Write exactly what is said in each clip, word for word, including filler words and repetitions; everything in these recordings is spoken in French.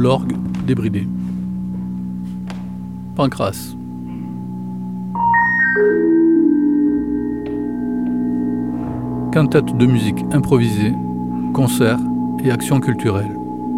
l'orgue débridé. Pancrace. Quintette de musique improvisée, concerts et actions culturelles.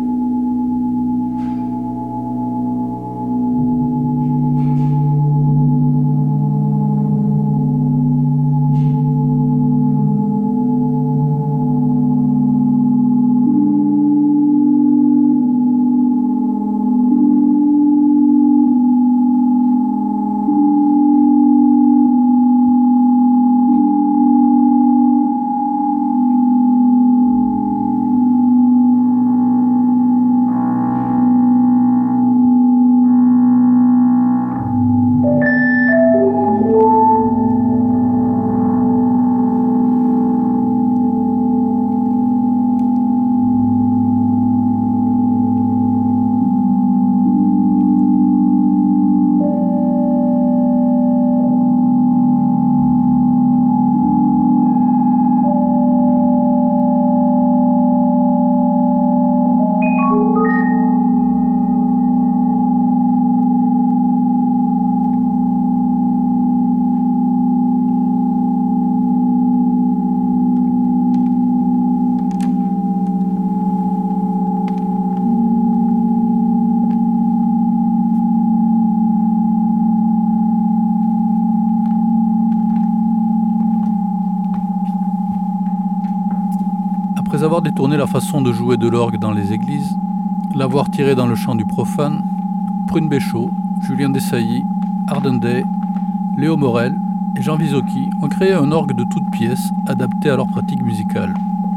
Après avoir détourné la façon de jouer de l'orgue dans les églises, l'avoir tiré dans le chant du profane, Prune Béchot, Julien Desailly, Arden Day, Léo Morel et Jean Vizocchi ont créé un orgue de toutes pièces adapté à leur pratique musicale.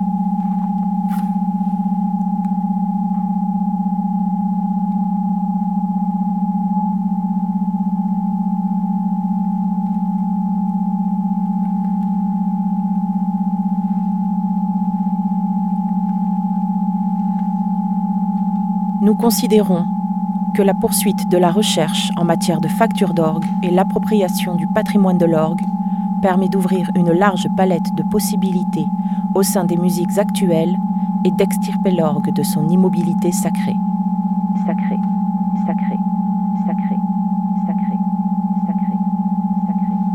Nous considérons que la poursuite de la recherche en matière de facture d'orgue et l'appropriation du patrimoine de l'orgue permet d'ouvrir une large palette de possibilités au sein des musiques actuelles et d'extirper l'orgue de son immobilité sacrée. Sacrée, sacrée, sacrée, sacrée, sacrée, sacrée, sacrée.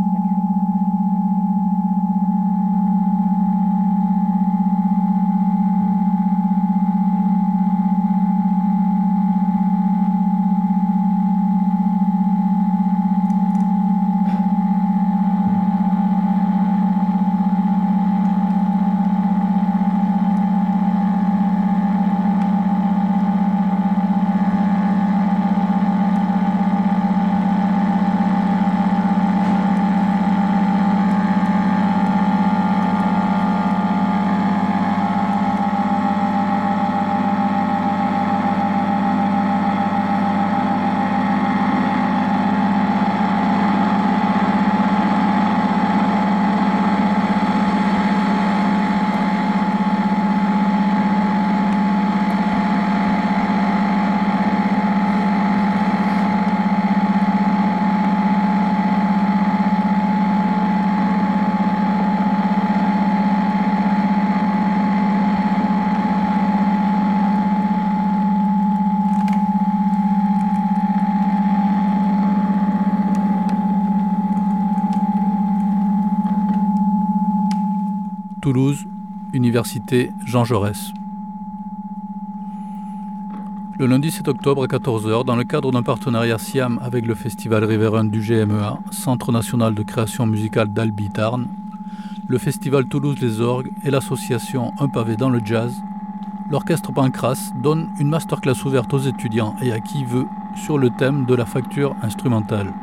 Toulouse, Université Jean Jaurès. Le lundi sept octobre à quatorze heures, dans le cadre d'un partenariat SIAM avec le Festival Riverain du G M E A, Centre national de création musicale d'Albi-Tarn, le Festival Toulouse Les Orgues et l'association Un pavé dans le jazz, l'orchestre Pancrace donne une masterclass ouverte aux étudiants et à qui veut sur le thème de la facture instrumentale.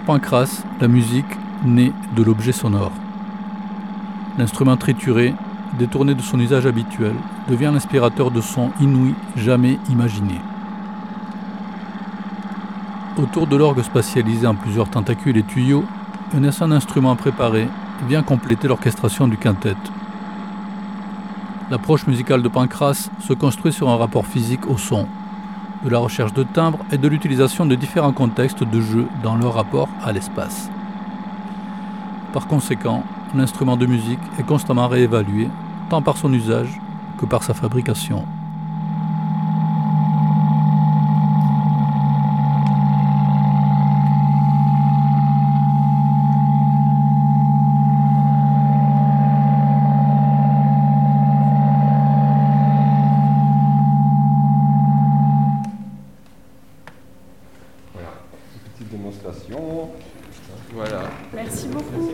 Pancrace, la musique naît de l'objet sonore. L'instrument trituré, détourné de son usage habituel, devient l'inspirateur de sons inouïs jamais imaginés. Autour de l'orgue spatialisé en plusieurs tentacules et tuyaux, un un instrument préparé vient compléter l'orchestration du quintet. L'approche musicale de Pancrace se construit sur un rapport physique au son, de la recherche de timbres et de l'utilisation de différents contextes de jeu dans leur rapport à l'espace. Par conséquent, l'instrument de musique est constamment réévalué, tant par son usage que par sa fabrication. Voilà. Merci beaucoup.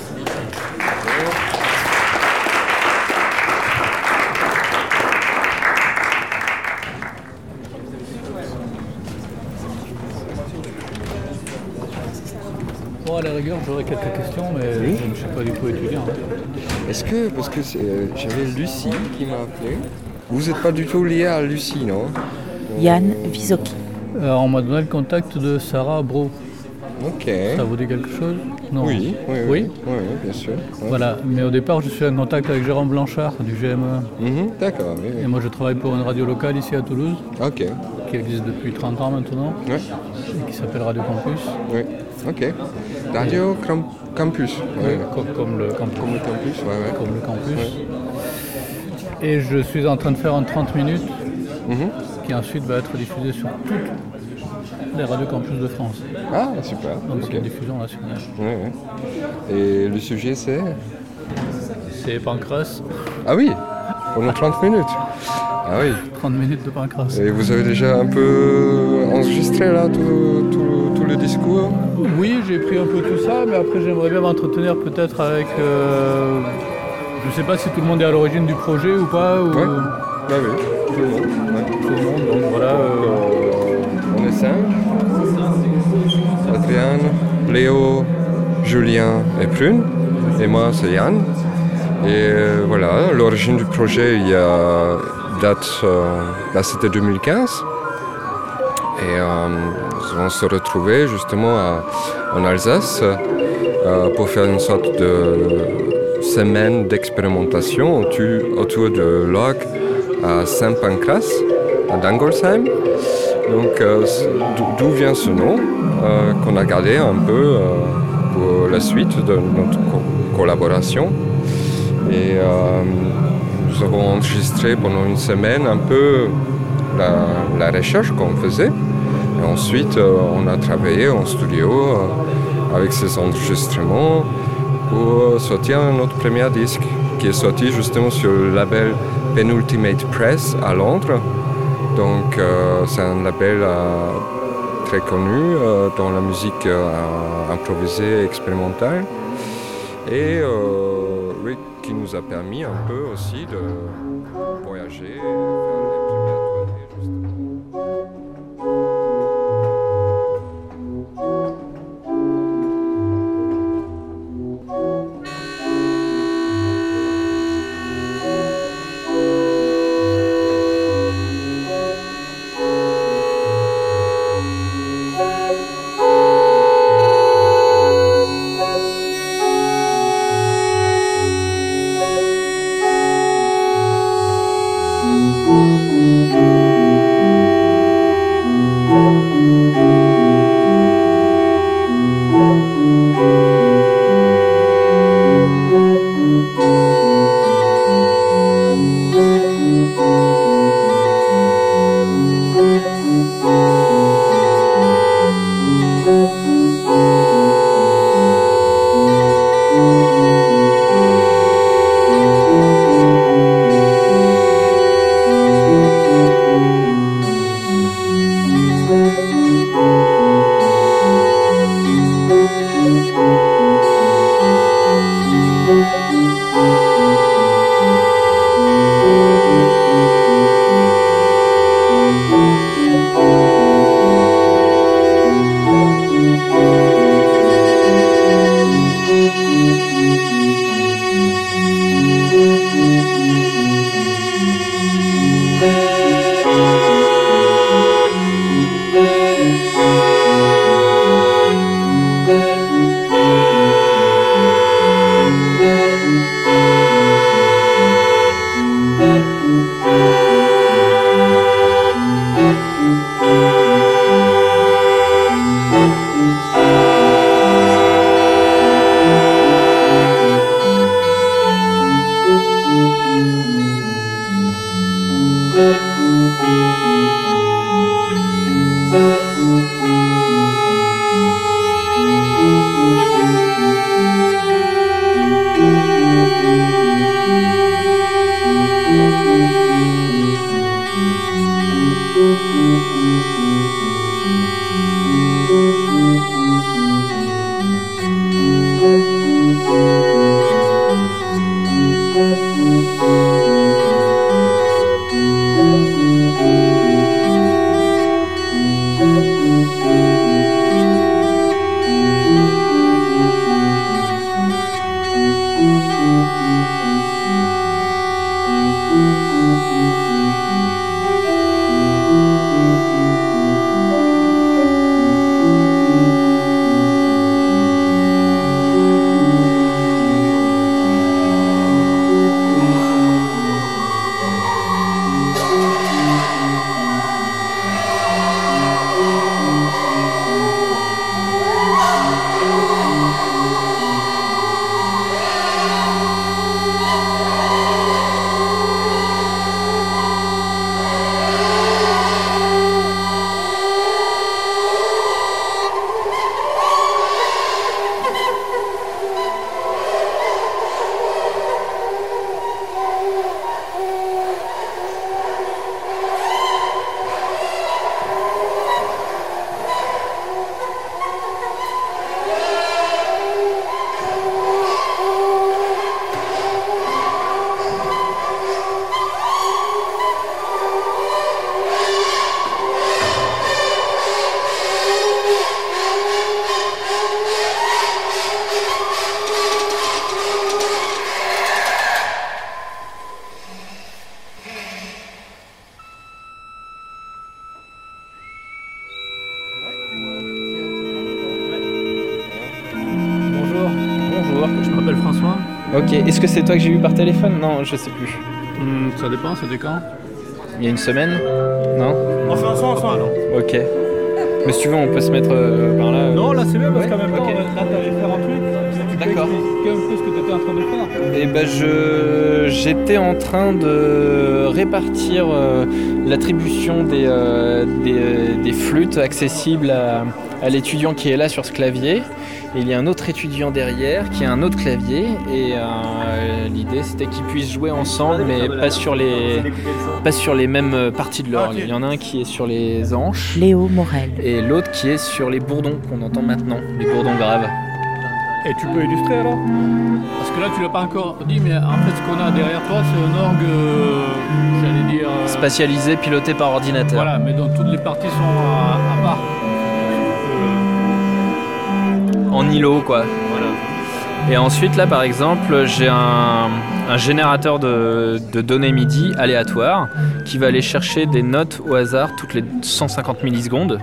Bon, à la rigueur, j'aurais quelques questions, mais oui. je ne suis pas du tout étudiant. Est-ce que, parce que euh, j'avais Lucie qui m'a appelé, vous n'êtes pas du tout lié à Lucie, non? Yann Visoki. Euh, on m'a donné le contact de Sarah Bro. Ok. Ça vous dit quelque chose? Non. Oui, oui, oui, oui, oui, oui, bien sûr. Ouais. Voilà, mais au départ, je suis en contact avec Jérôme Blanchard du G M E. Mm-hmm, d'accord, oui, oui. Et moi, je travaille pour une radio locale ici à Toulouse, Ok. qui existe depuis trente ans maintenant, Ouais. et qui s'appelle Radio Campus. Oui, ok. Radio Cram- Campus. Ouais, ouais. Comme, comme le campus. Comme le campus, ouais, ouais. Comme le campus. Ouais. Et je suis en train de faire un trente minutes Mm-hmm. qui ensuite va être diffusé sur toutes les radios campus de France. Ah, super. Donc Ok. c'est une diffusion nationale. Ouais, ouais. Et le sujet, c'est? C'est Pancrace, Ah oui, pendant trente minutes. Ah oui. trente minutes de Pancrace. Et vous avez déjà un peu enregistré là tout, tout, tout le discours? Oui, j'ai pris un peu tout ça, mais après j'aimerais bien m'entretenir peut-être avec... Euh, je ne sais pas si tout le monde est à l'origine du projet ou pas. Ou... Ouais. Ah oui, tout le monde. Ouais. Tout le monde, donc voilà. Euh... Euh, on est cinq. Adriane, Léo, Julien et Prune. Et moi, c'est Yann. Et euh, voilà, l'origine du projet, il y a date, euh, là c'était deux mille quinze. Et euh, on se retrouvait justement à, en Alsace euh, pour faire une sorte de semaine d'expérimentation autour, autour de l'orgue à Saint-Pancrace, à Dangolsheim. Donc euh, d'où vient ce nom euh, qu'on a gardé un peu euh, pour la suite de notre co- collaboration. Et euh, nous avons enregistré pendant une semaine un peu la, la recherche qu'on faisait. Et ensuite, euh, on a travaillé en studio euh, avec ces enregistrements pour sortir notre premier disque qui est sorti justement sur le label Penultimate Press à Londres. Donc euh, c'est un label euh, très connu euh, dans la musique euh, improvisée et expérimentale. Et euh, oui, qui nous a permis un peu aussi de voyager, faire les premières tournées justement. Thank you. Est-ce que c'est toi que j'ai eu par téléphone ? Non, je sais plus. Hum, ça dépend, c'était quand ? Il y a une semaine ? Non ? On fait un son ensemble alors. Ok. Mais si tu veux, on peut se mettre euh, par là. Non, là c'est bien parce ouais, qu'en même temps, okay. là t'allais faire un truc. Tu D'accord. peux expliquer un peu ce que tu étais en train de faire ? Eh ben, je, j'étais en train de répartir euh, l'attribution des, euh, des, des flûtes accessibles à, à l'étudiant qui est là sur ce clavier. Et il y a un autre étudiant derrière qui a un autre clavier. Et euh, l'idée, c'était qu'ils puissent jouer ensemble, mais pas sur les, pas sur les mêmes parties de l'orgue. Il y en a un qui est sur les hanches. Léo Morel. Et l'autre qui est sur les bourdons qu'on entend maintenant, les bourdons graves. Et tu peux illustrer alors ? Parce que là tu l'as pas encore dit, mais en fait ce qu'on a derrière toi c'est un orgue, euh, j'allais dire... Euh, spatialisé, piloté par ordinateur. Voilà, mais donc toutes les parties sont à, à part. Euh... En îlot quoi. Voilà. Et ensuite là par exemple j'ai un, un générateur de, de données MIDI aléatoire qui va aller chercher des notes au hasard toutes les cent cinquante millisecondes.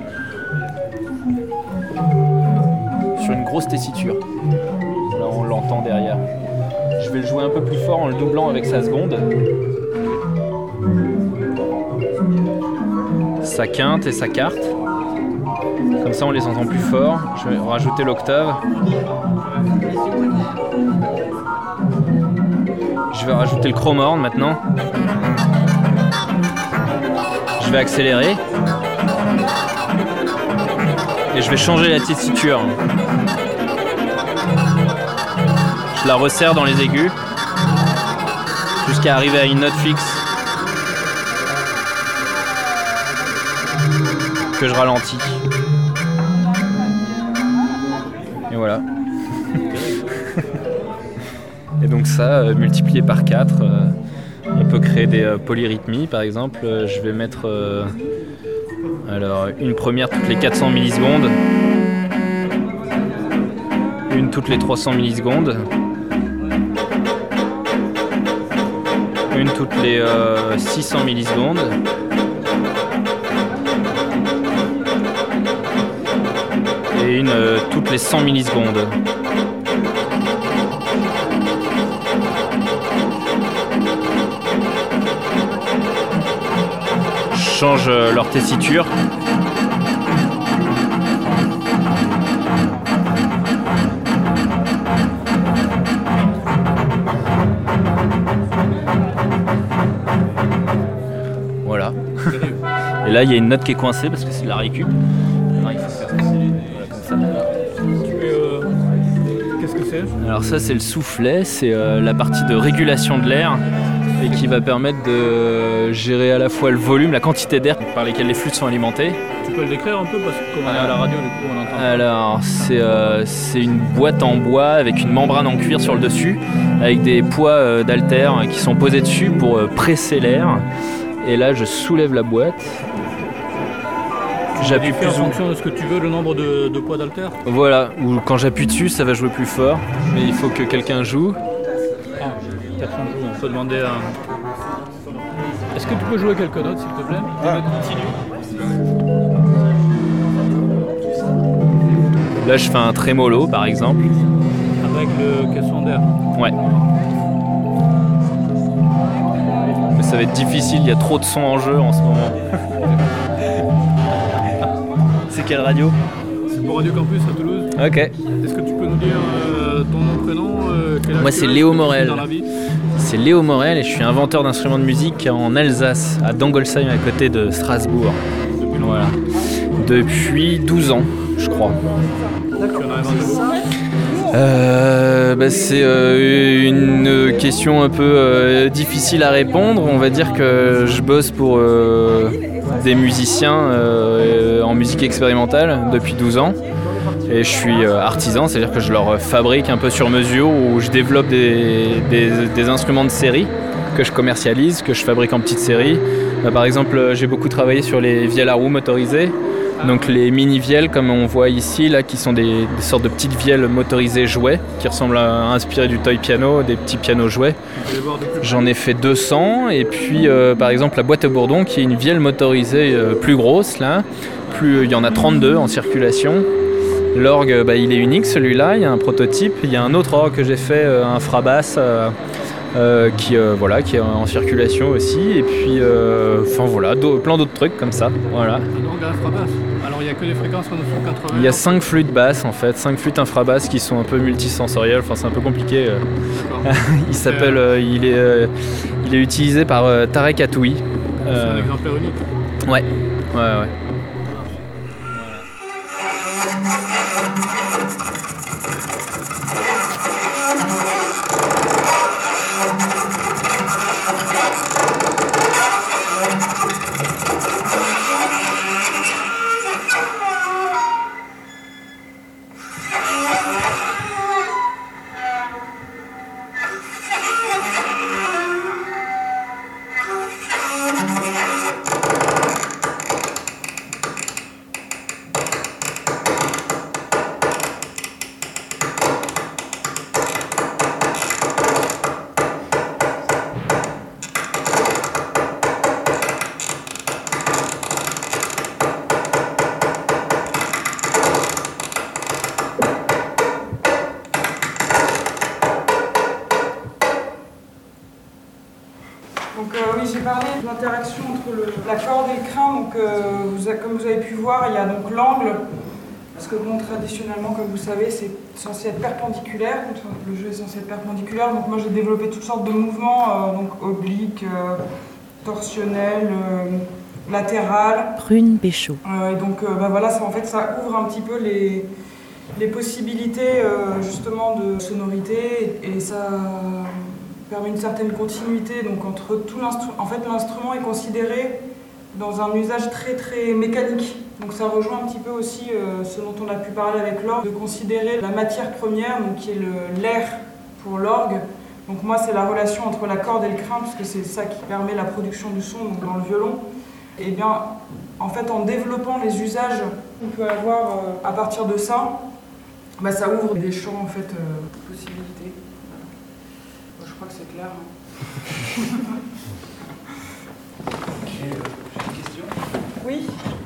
Sur une grosse tessiture. Là on l'entend derrière. Je vais le jouer un peu plus fort en le doublant avec sa seconde. Sa quinte et sa quarte. Comme ça on les entend plus fort. Je vais rajouter l'octave. Je vais rajouter le chrome horn maintenant. Je vais accélérer. Et je vais changer la tessiture. Je la resserre dans les aigus jusqu'à arriver à une note fixe que je ralentis. Et voilà. Et donc ça, euh, multiplié par quatre, euh, on peut créer des euh, polyrythmies. Par exemple, euh, je vais mettre euh, alors, une première toutes les quatre cents millisecondes, une toutes les trois cents millisecondes, une toutes les euh, six cents millisecondes, et une euh, toutes les cent millisecondes. Je change euh, leur tessiture. Voilà. Et là, il y a une note qui est coincée parce que c'est de la récup. Alors, il faut faire voilà, comme ça. Euh, qu'est-ce que c'est ? Alors ça, c'est le soufflet, c'est euh, la partie de régulation de l'air et qui va permettre de gérer à la fois le volume, la quantité d'air par lesquels les flûtes sont alimentées. Tu peux le décrire un peu parce que comme on est à la radio, du coup, on entend. Alors, c'est, euh, c'est une boîte en bois avec une membrane en cuir sur le dessus, avec des poids euh, d'haltères qui sont posés dessus pour euh, presser l'air. Et là, je soulève la boîte. J'appuie plus en fonction de ce que tu veux, le nombre de, de poids d'haltères. Voilà, ou quand j'appuie dessus, ça va jouer plus fort. Mais il faut que quelqu'un joue. Ah, personne joue, on peut demander à... Est-ce que tu peux jouer quelques notes, s'il te plaît ? Ah. Là, je fais un trémolo, par exemple. Avec le caisson d'air. Ouais. Mais ça va être difficile, il y a trop de sons en jeu en ce moment. C'est quelle radio ? C'est pour Radio Campus à Toulouse. Ok. Est-ce que tu peux nous dire euh, ton nom, prénom euh, quel âge Moi, tu c'est as, Léo ce que tu fais Morel. dans la vie ? C'est Léo Morel et je suis inventeur d'instruments de musique en Alsace, à Dangolsheim, à côté de Strasbourg. Depuis longtemps. Voilà. Depuis douze ans, je crois. Tu en as inventé beaucoup ? Euh, bah c'est euh, une question un peu euh, difficile à répondre. On va dire que je bosse pour euh, des musiciens euh, en musique expérimentale depuis douze ans. Et je suis euh, artisan, c'est-à-dire que je leur fabrique un peu sur mesure, où je développe des, des, des instruments de série que je commercialise, que je fabrique en petite série. Bah, par exemple, j'ai beaucoup travaillé sur les vielles à roue motorisées. Donc les mini-vielles comme on voit ici, là, qui sont des, des sortes de petites vielles motorisées jouets, qui ressemblent à inspirées du toy piano, des petits pianos jouets. J'en ai fait deux cents, et puis euh, par exemple la boîte à bourdon, qui est une vielle motorisée euh, plus grosse, là. Plus, il y en a trente-deux en circulation. L'orgue, bah, il est unique celui-là, il y a un prototype. Il y a un autre orgue que j'ai fait, euh, un Frabass, euh, euh, qui, euh, voilà, qui est en circulation aussi. Et puis, euh, enfin voilà, plein d'autres trucs comme ça. Voilà. Un orgue à Frabass. Alors il n'y a que des fréquences en neuf cent quatre-vingts. Il y a cinq flûtes basses en fait, cinq flûtes infrabasses qui sont un peu multisensorielles. Enfin, c'est un peu compliqué. il s'appelle, euh, il est, euh, il est utilisé par euh, Tarek Atoui. C'est euh, un exemplaire unique. Ouais, ouais, ouais. Donc euh, oui, j'ai parlé de l'interaction entre le, la corde et le crin. Donc, euh, vous a, comme vous avez pu voir, il y a donc l'angle, parce que bon, traditionnellement, comme vous savez, c'est censé être perpendiculaire. Le jeu est censé être perpendiculaire. Donc moi, j'ai développé toutes sortes de mouvements, euh, donc obliques, euh, torsionnels, euh, latérales. Prune Péchaud. Euh, et donc, euh, bah, voilà, ça, en fait, ça ouvre un petit peu les, les possibilités euh, justement de sonorité, et, et ça permet une certaine continuité. Donc entre tout l'instrument, en fait l'instrument est considéré dans un usage très très mécanique. Donc ça rejoint un petit peu aussi euh, ce dont on a pu parler avec l'orgue, de considérer la matière première, donc qui est le, l'air pour l'orgue. Donc moi c'est la relation entre la corde et le crin, parce que c'est ça qui permet la production du son, donc dans le violon. Et bien en fait en développant les usages qu'on peut avoir euh, à partir de ça, bah, ça ouvre des champs en fait euh, possibilités. Je crois que c'est clair. J'ai une question. Oui.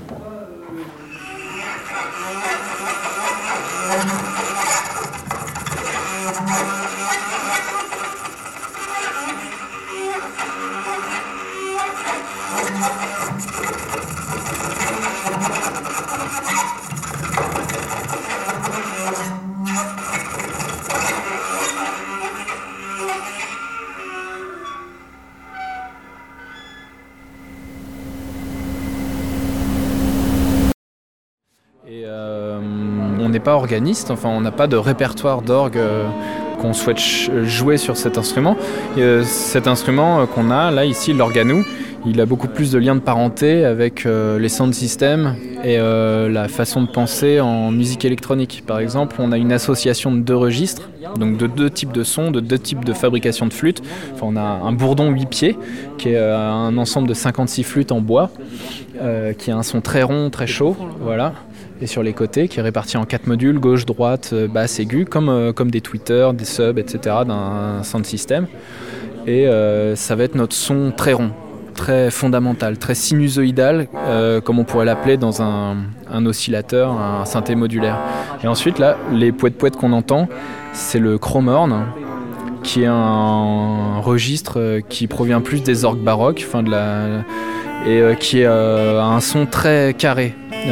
On n'est pas organiste, enfin on n'a pas de répertoire d'orgue euh, qu'on souhaite ch- jouer sur cet instrument. Et, euh, cet instrument euh, qu'on a là ici, l'organou, il a beaucoup plus de liens de parenté avec euh, les sound systems et euh, la façon de penser en musique électronique. Par exemple, on a une association de deux registres, donc de deux types de sons, de deux types de fabrication de flûtes. Enfin, on a un bourdon huit pieds, qui est euh, un ensemble de cinquante-six flûtes en bois, euh, qui a un son très rond, très chaud, voilà. Et sur les côtés, qui est réparti en quatre modules, gauche, droite, basse, aiguë, comme, euh, comme des tweeters, des subs, et cetera d'un sound system. Et euh, ça va être notre son très rond, très fondamental, très sinusoïdal, euh, comme on pourrait l'appeler dans un, un oscillateur, un synthé modulaire. Et ensuite, là, les pouet-pouet qu'on entend, c'est le chromorne, qui est un registre qui provient plus des orgues baroques, enfin de la, et euh, qui est euh, un son très carré.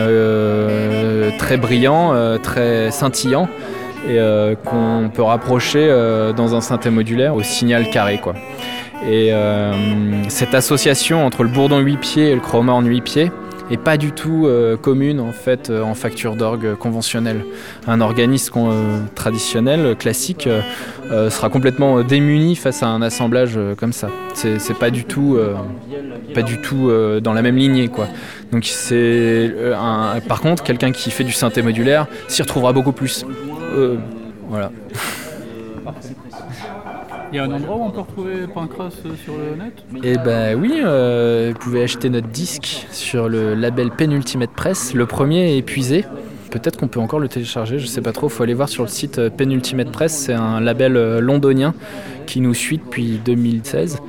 Euh, très brillant, euh, très scintillant, et euh, qu'on peut rapprocher euh, dans un synthé modulaire au signal carré, quoi. Et euh, cette association entre le bourdon huit pieds et le chromorne huit pieds est pas du tout euh, commune en fait euh, en facture d'orgue conventionnelle. Un organiste euh, traditionnel, classique, euh, euh, sera complètement démuni face à un assemblage euh, comme ça. C'est, c'est pas du tout, euh, pas du tout euh, dans la même lignée, quoi. Donc c'est euh, un, par contre quelqu'un qui fait du synthé modulaire s'y retrouvera beaucoup plus. Euh, voilà. Il y a un endroit où on peut retrouver Pancras sur le net ? Eh ben oui, euh, vous pouvez acheter notre disque sur le label Penultimate Press. Le premier est épuisé. Peut-être qu'on peut encore le télécharger, je sais pas trop. Il faut aller voir sur le site Penultimate Press. C'est un label londonien qui nous suit depuis deux mille seize.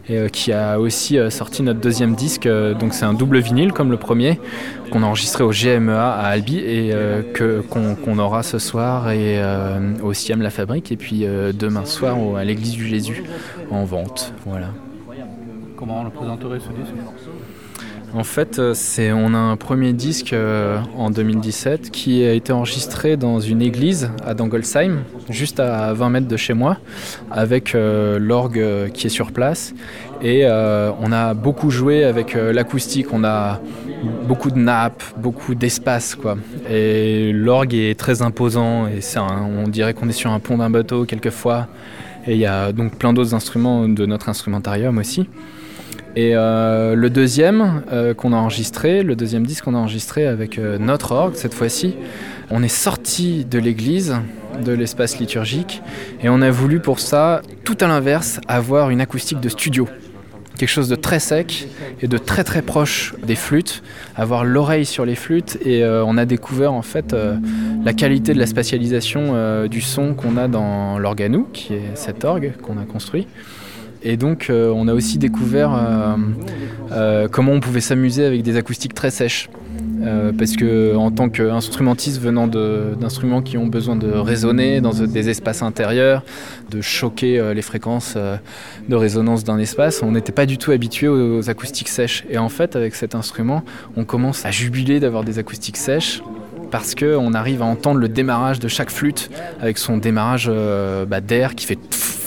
et euh, qui a aussi euh, sorti notre deuxième disque. Euh, donc c'est un double vinyle comme le premier, qu'on a enregistré au G M E A à Albi et euh, que, qu'on, qu'on aura ce soir et, euh, au Siam La Fabrique, et puis euh, demain soir au, à l'église du Jésus en vente. Voilà. Comment on le présenterait ce disque ? En fait, c'est, on a un premier disque euh, en deux mille dix-sept qui a été enregistré dans une église à Dangolsheim, juste à vingt mètres de chez moi, avec euh, l'orgue euh, qui est sur place. Et euh, on a beaucoup joué avec euh, l'acoustique, on a beaucoup de nappes, beaucoup d'espace, quoi. Et l'orgue est très imposant, et c'est un, on dirait qu'on est sur un pont d'un bateau quelquefois. Et il y a donc plein d'autres instruments de notre instrumentarium aussi. Et euh, le deuxième euh, qu'on a enregistré, le deuxième disque qu'on a enregistré avec euh, notre orgue cette fois-ci, on est sorti de l'église, de l'espace liturgique, et on a voulu pour ça, tout à l'inverse, avoir une acoustique de studio. Quelque chose de très sec et de très très proche des flûtes, avoir l'oreille sur les flûtes, et euh, on a découvert en fait euh, la qualité de la spatialisation euh, du son qu'on a dans l'organou, qui est cet orgue qu'on a construit. Et donc euh, on a aussi découvert euh, euh, comment on pouvait s'amuser avec des acoustiques très sèches. Euh, parce que en tant qu'instrumentiste venant de, d'instruments qui ont besoin de résonner dans des espaces intérieurs, de choquer euh, les fréquences euh, de résonance d'un espace, on n'était pas du tout habitué aux, aux acoustiques sèches. Et en fait, avec cet instrument, on commence à jubiler d'avoir des acoustiques sèches, parce qu'on arrive à entendre le démarrage de chaque flûte avec son démarrage euh, bah, d'air qui fait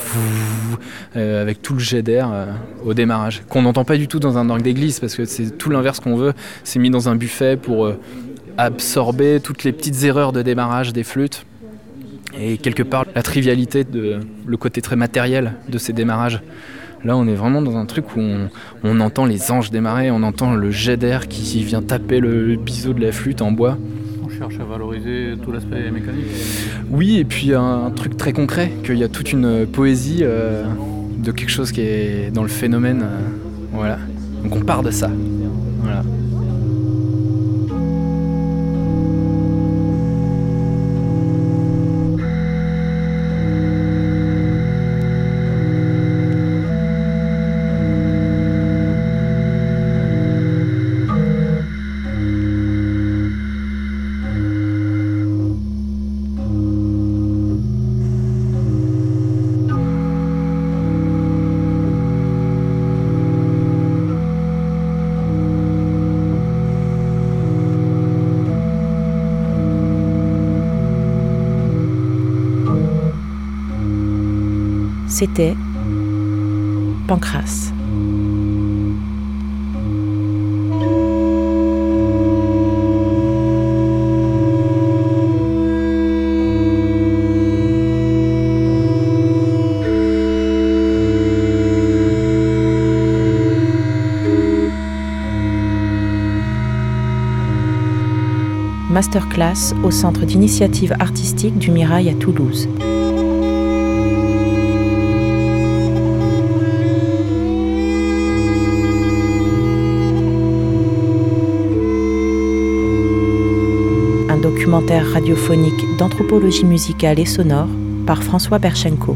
euh, avec tout le jet d'air euh, au démarrage, qu'on n'entend pas du tout dans un orgue d'église, parce que c'est tout l'inverse qu'on veut. C'est mis dans un buffet pour euh, absorber toutes les petites erreurs de démarrage des flûtes, et quelque part la trivialité, de, le côté très matériel de ces démarrages. Là, on est vraiment dans un truc où on, on entend les anges démarrer, on entend le jet d'air qui vient taper le biseau de la flûte en bois. On cherche à valoriser tout l'aspect mécanique. Oui, et puis un, un truc très concret, qu'il y a toute une poésie euh, de quelque chose qui est dans le phénomène. Euh, voilà. Donc on part de ça. Voilà. C'était Pancrace. Masterclass au Centre d'initiative artistique du Mirail à Toulouse. Documentaire radiophonique d'anthropologie musicale et sonore par François Berchenko.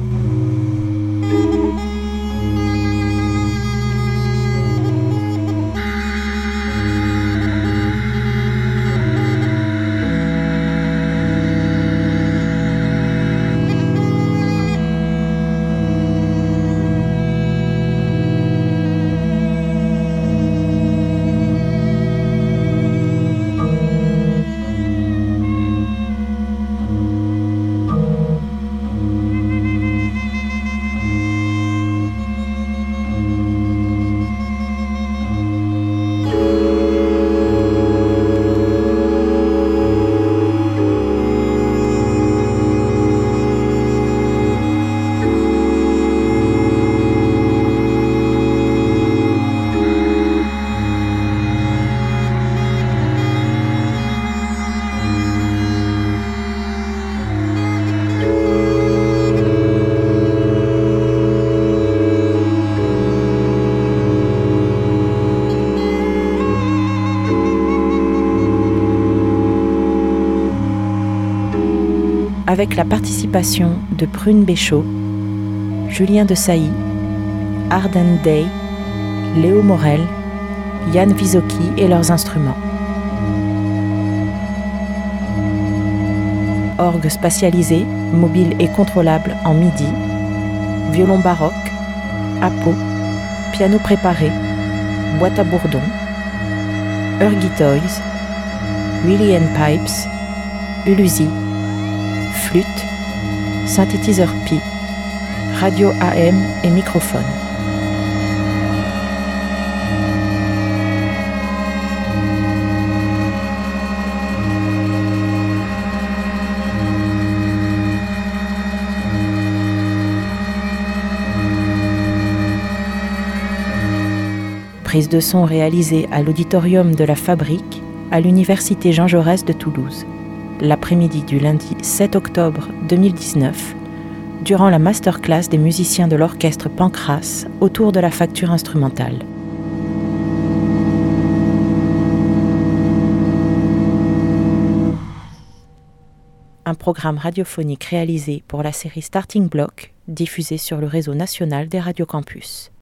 Avec la participation de Prune Béchaud, Julien de Sailly, Ardent Day, Léo Morel, Yann Visoki et leurs instruments. Orgue spatialisé, mobile et contrôlable en MIDI, violon baroque, apo, piano préparé, boîte à bourdon, Hurgy Toys, Willy and Pipes, Uluzi, flûte, synthétiseur Pi, radio A M et microphone. Prise de son réalisée à l'auditorium de la Fabrique, à l'université Jean Jaurès de Toulouse, l'après-midi du lundi sept octobre deux mille dix-neuf, durant la masterclass des musiciens de l'orchestre Pancrace autour de la facture instrumentale. Un programme radiophonique réalisé pour la série Starting Block, diffusé sur le réseau national des radiocampus.